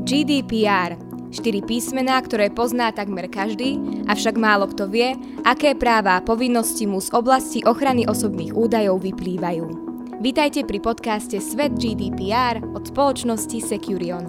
GDPR. 4 písmená, ktoré pozná takmer každý, avšak málo kto vie, aké práva a povinnosti mu z oblasti ochrany osobných údajov vyplývajú. Vítajte pri podcaste Svet GDPR od spoločnosti Securion.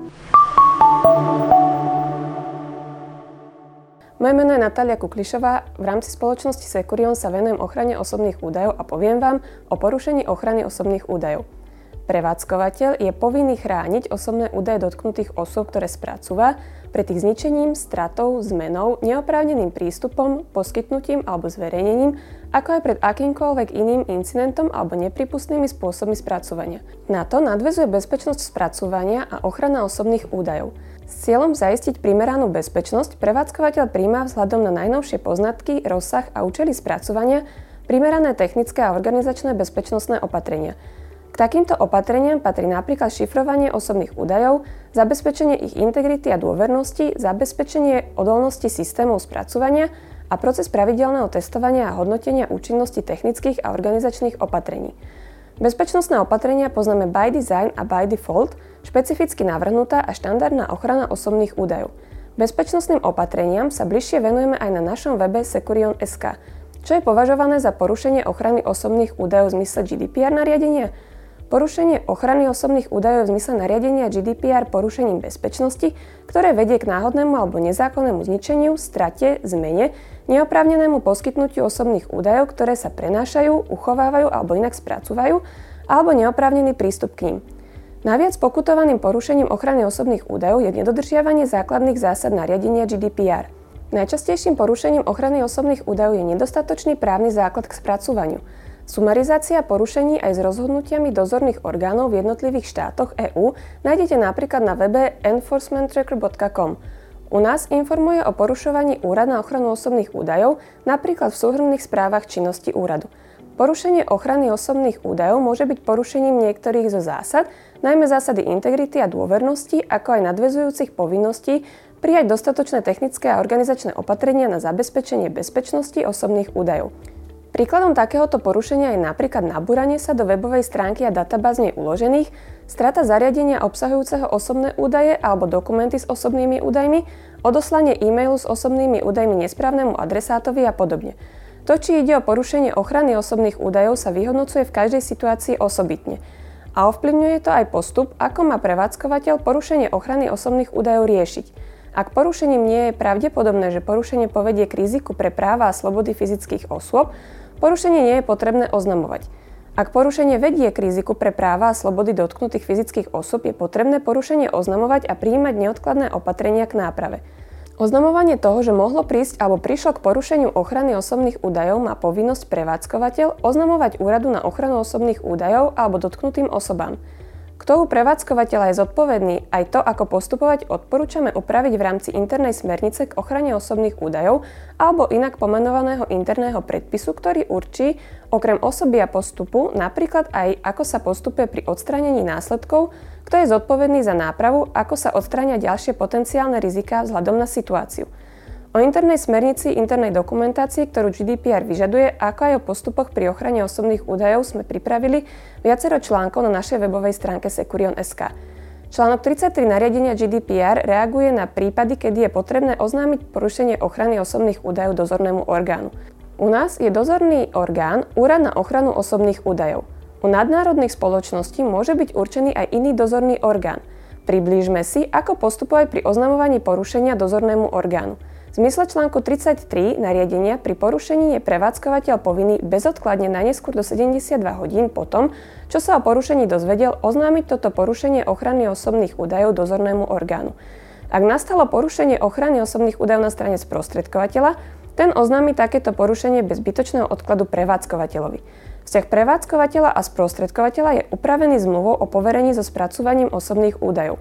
Moje meno je Natália Kuklišová. V rámci spoločnosti Securion sa venujem ochrane osobných údajov a poviem vám o porušení ochrany osobných údajov. Prevádzkovateľ je povinný chrániť osobné údaje dotknutých osôb, ktoré spracúva, pred ich zničením, stratou, zmenou, neoprávneným prístupom, poskytnutím alebo zverejnením, ako aj pred akýmkoľvek iným incidentom alebo nepripustnými spôsobmi spracúvania. Na to nadväzuje bezpečnosť spracúvania a ochrana osobných údajov. S cieľom zaistiť primeranú bezpečnosť prevádzkovateľ prijíma vzhľadom na najnovšie poznatky, rozsah a účely spracúvania primerané technické a organizačné bezpečnostné opatrenia. K takýmto opatreniam patrí napríklad šifrovanie osobných údajov, zabezpečenie ich integrity a dôvernosti, zabezpečenie odolnosti systémov spracúvania a proces pravidelného testovania a hodnotenia účinnosti technických a organizačných opatrení. Bezpečnostné opatrenia poznáme by design a by default, špecificky navrhnutá a štandardná ochrana osobných údajov. Bezpečnostným opatreniam sa bližšie venujeme aj na našom webe Securion.sk. Čo je považované za porušenie ochrany osobných údajov v zmysle GDPR nariadenia? Porušenie ochrany osobných údajov v zmysle nariadenia GDPR porušením bezpečnosti, ktoré vedie k náhodnému alebo nezákonnému zničeniu, strate, zmene, neoprávnenému poskytnutiu osobných údajov, ktoré sa prenášajú, uchovávajú alebo inak spracúvajú, alebo neoprávnený prístup k nim. Naviac pokutovaným porušením ochrany osobných údajov je nedodržiavanie základných zásad nariadenia GDPR. Najčastejším porušením ochrany osobných údajov je nedostatočný právny základ k spracúvaniu. Sumarizácia porušení aj s rozhodnutiami dozorných orgánov v jednotlivých štátoch EÚ nájdete napríklad na webe enforcementtracker.com. U nás informuje o porušovaní Úrad na ochranu osobných údajov, napríklad v súhrnných správach činnosti úradu. Porušenie ochrany osobných údajov môže byť porušením niektorých zo zásad, najmä zásady integrity a dôvernosti, ako aj nadväzujúcich povinností prijať dostatočné technické a organizačné opatrenia na zabezpečenie bezpečnosti osobných údajov. Príkladom takéhoto porušenia je napríklad nabúranie sa do webovej stránky a databáz v nej uložených, strata zariadenia obsahujúceho osobné údaje alebo dokumenty s osobnými údajmi, odoslanie e-mailu s osobnými údajmi nesprávnemu adresátovi a podobne. To, či ide o porušenie ochrany osobných údajov, sa vyhodnocuje v každej situácii osobitne. A ovplyvňuje to aj postup, ako má prevádzkovateľ porušenie ochrany osobných údajov riešiť. Ak porušením nie je pravdepodobné, že porušenie povedie k riziku pre práva a slobody fyzických osôb, porušenie nie je potrebné oznamovať. Ak porušenie vedie k riziku pre práva a slobody dotknutých fyzických osôb, je potrebné porušenie oznamovať a prijímať neodkladné opatrenia k náprave. Oznamovanie toho, že mohlo prísť alebo prišlo k porušeniu ochrany osobných údajov, má povinnosť prevádzkovateľ oznamovať úradu na ochranu osobných údajov alebo dotknutým osobám. Kto u prevádzkovateľa je zodpovedný, aj to, ako postupovať, odporúčame upraviť v rámci internej smernice k ochrane osobných údajov alebo inak pomenovaného interného predpisu, ktorý určí, okrem osoby a postupu, napríklad aj ako sa postupuje pri odstránení následkov, kto je zodpovedný za nápravu, ako sa odstránia ďalšie potenciálne riziká vzhľadom na situáciu. O internej smernici internej dokumentácii, ktorú GDPR vyžaduje, ako aj o postupoch pri ochrane osobných údajov sme pripravili viacero článkov na našej webovej stránke Securion.sk. Článok 33 nariadenia GDPR reaguje na prípady, kedy je potrebné oznámiť porušenie ochrany osobných údajov dozornému orgánu. U nás je dozorný orgán Úrad na ochranu osobných údajov. U nadnárodných spoločností môže byť určený aj iný dozorný orgán. Priblížme si, ako postupovať pri oznamovaní porušenia dozornému orgánu. V zmysle článku 33 nariadenia pri porušení je prevádzkovateľ povinný bezodkladne najneskôr do 72 hodín po tom, čo sa o porušení dozvedel, oznámiť toto porušenie ochrany osobných údajov dozornému orgánu. Ak nastalo porušenie ochrany osobných údajov na strane sprostredkovateľa, ten oznámi takéto porušenie bez zbytočného odkladu prevádzkovateľovi. Vzťah prevádzkovateľa a sprostredkovateľa je upravený zmluvou o poverení so spracúvaním osobných údajov.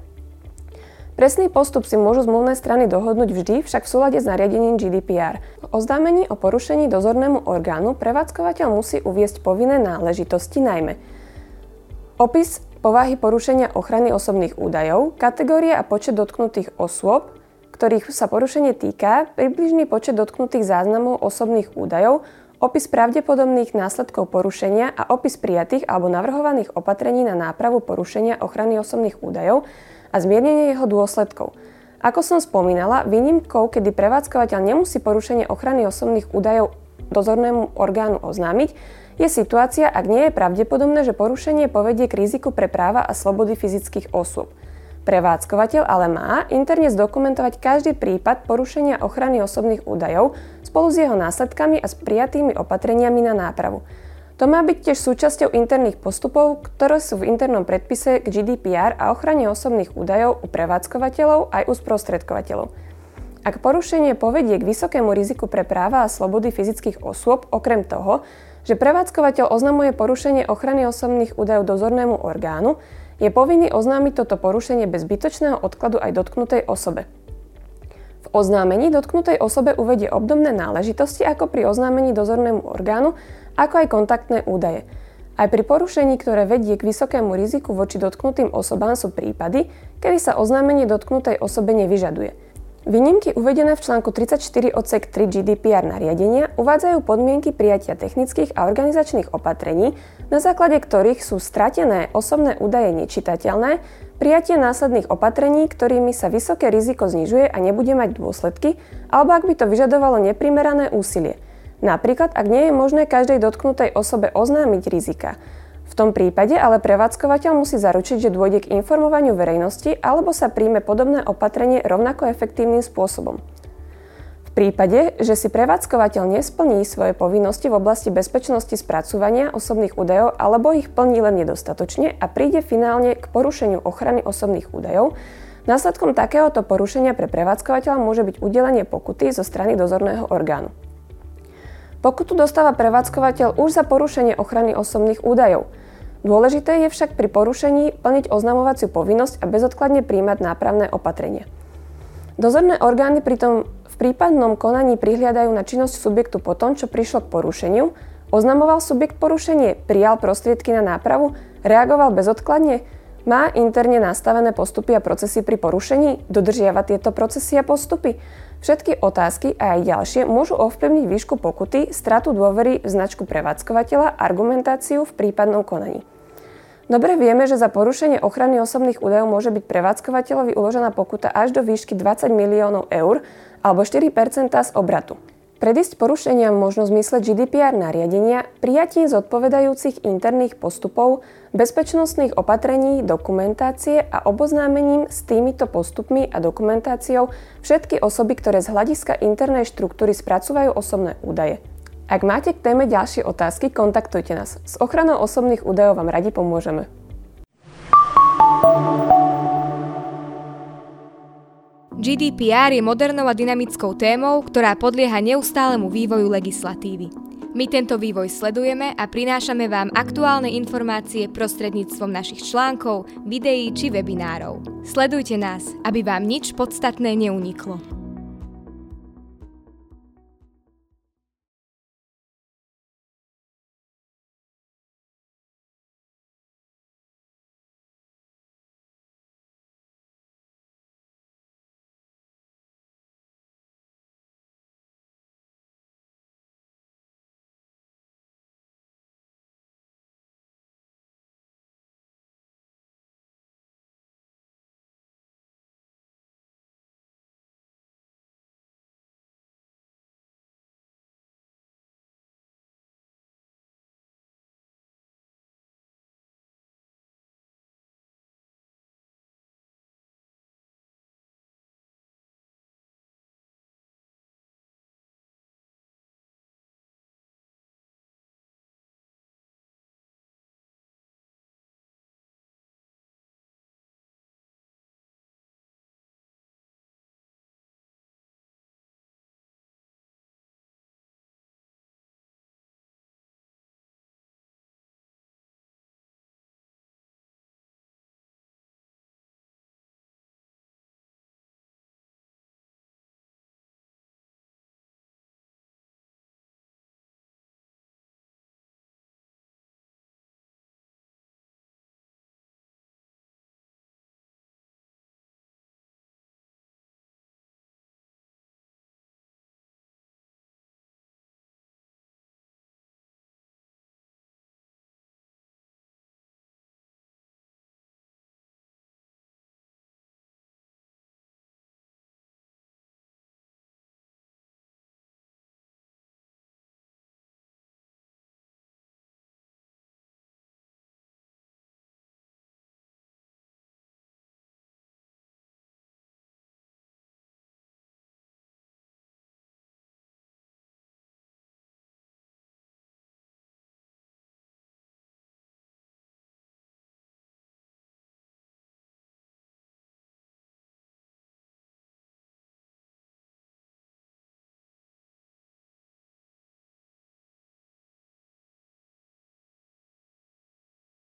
Presný postup si môžu zmluvné strany dohodnúť vždy, však v súlade s nariadením GDPR. V oznámení o porušení dozornému orgánu prevádzkovateľ musí uviesť povinné náležitosti, najmä opis povahy porušenia ochrany osobných údajov, kategórie a počet dotknutých osôb, ktorých sa porušenie týka, približný počet dotknutých záznamov osobných údajov, opis pravdepodobných následkov porušenia a opis prijatých alebo navrhovaných opatrení na nápravu porušenia ochrany osobných údajov a zmiernenie jeho dôsledkov. Ako som spomínala, výnimkou, kedy prevádzkovateľ nemusí porušenie ochrany osobných údajov dozornému orgánu oznámiť, je situácia, ak nie je pravdepodobné, že porušenie povedie k riziku pre práva a slobody fyzických osôb. Prevádzkovateľ ale má interne zdokumentovať každý prípad porušenia ochrany osobných údajov spolu s jeho následkami a s prijatými opatreniami na nápravu. To má byť tiež súčasťou interných postupov, ktoré sú v internom predpise k GDPR a ochrane osobných údajov u prevádzkovateľov aj u sprostredkovateľov. Ak porušenie povedie k vysokému riziku pre práva a slobody fyzických osôb, okrem toho, že prevádzkovateľ oznamuje porušenie ochrany osobných údajov dozornému orgánu, je povinný oznámiť toto porušenie bez zbytočného odkladu aj dotknutej osobe. V oznámení dotknutej osobe uvedie obdobné náležitosti ako pri oznámení dozornému orgánu, ako aj kontaktné údaje. Aj pri porušení, ktoré vedie k vysokému riziku voči dotknutým osobám, sú prípady, kedy sa oznámenie dotknutej osobe nevyžaduje. Výnimky uvedené v článku 34 odsek 3 GDPR nariadenia uvádzajú podmienky prijatia technických a organizačných opatrení, na základe ktorých sú stratené osobné údaje nečitateľné, prijatie následných opatrení, ktorými sa vysoké riziko znižuje a nebude mať dôsledky, alebo ak by to vyžadovalo neprimerané úsilie. Napríklad, ak nie je možné každej dotknutej osobe oznámiť rizika. V tom prípade ale prevádzkovateľ musí zaručiť, že dôjde k informovaniu verejnosti alebo sa príjme podobné opatrenie rovnako efektívnym spôsobom. V prípade, že si prevádzkovateľ nesplní svoje povinnosti v oblasti bezpečnosti spracúvania osobných údajov alebo ich plní len nedostatočne a príde finálne k porušeniu ochrany osobných údajov, následkom takéhoto porušenia pre prevádzkovateľa môže byť udelenie pokuty zo strany dozorného orgánu. Pokutu dostáva prevádzkovateľ už za porušenie ochrany osobných údajov. Dôležité je však pri porušení plniť oznamovaciu povinnosť a bezodkladne prijímať nápravné opatrenia. Dozorné orgány pritom v prípadnom konaní prihliadajú na činnosť subjektu po tom, čo prišlo k porušeniu, oznamoval subjekt porušenie, prijal prostriedky na nápravu, reagoval bezodkladne, má interne nastavené postupy a procesy pri porušení, dodržiava tieto procesy a postupy. Všetky otázky a aj ďalšie môžu ovplyvniť výšku pokuty, stratu dôvery v značku prevádzkovateľa, argumentáciu v prípadnom konaní. Dobre vieme, že za porušenie ochrany osobných údajov môže byť prevádzkovateľovi uložená pokuta až do výšky 20 miliónov eur alebo 4% z obratu. Predísť porušeniam možno v zmysle GDPR nariadenia prijatím zodpovedajúcich interných postupov, bezpečnostných opatrení, dokumentácie a oboznámením s týmito postupmi a dokumentáciou všetky osoby, ktoré z hľadiska internej štruktúry spracúvajú osobné údaje. Ak máte k téme ďalšie otázky, kontaktujte nás. S ochranou osobných údajov vám radi pomôžeme. GDPR je modernou a dynamickou témou, ktorá podlieha neustálemu vývoju legislatívy. My tento vývoj sledujeme a prinášame vám aktuálne informácie prostredníctvom našich článkov, videí či webinárov. Sledujte nás, aby vám nič podstatné neuniklo.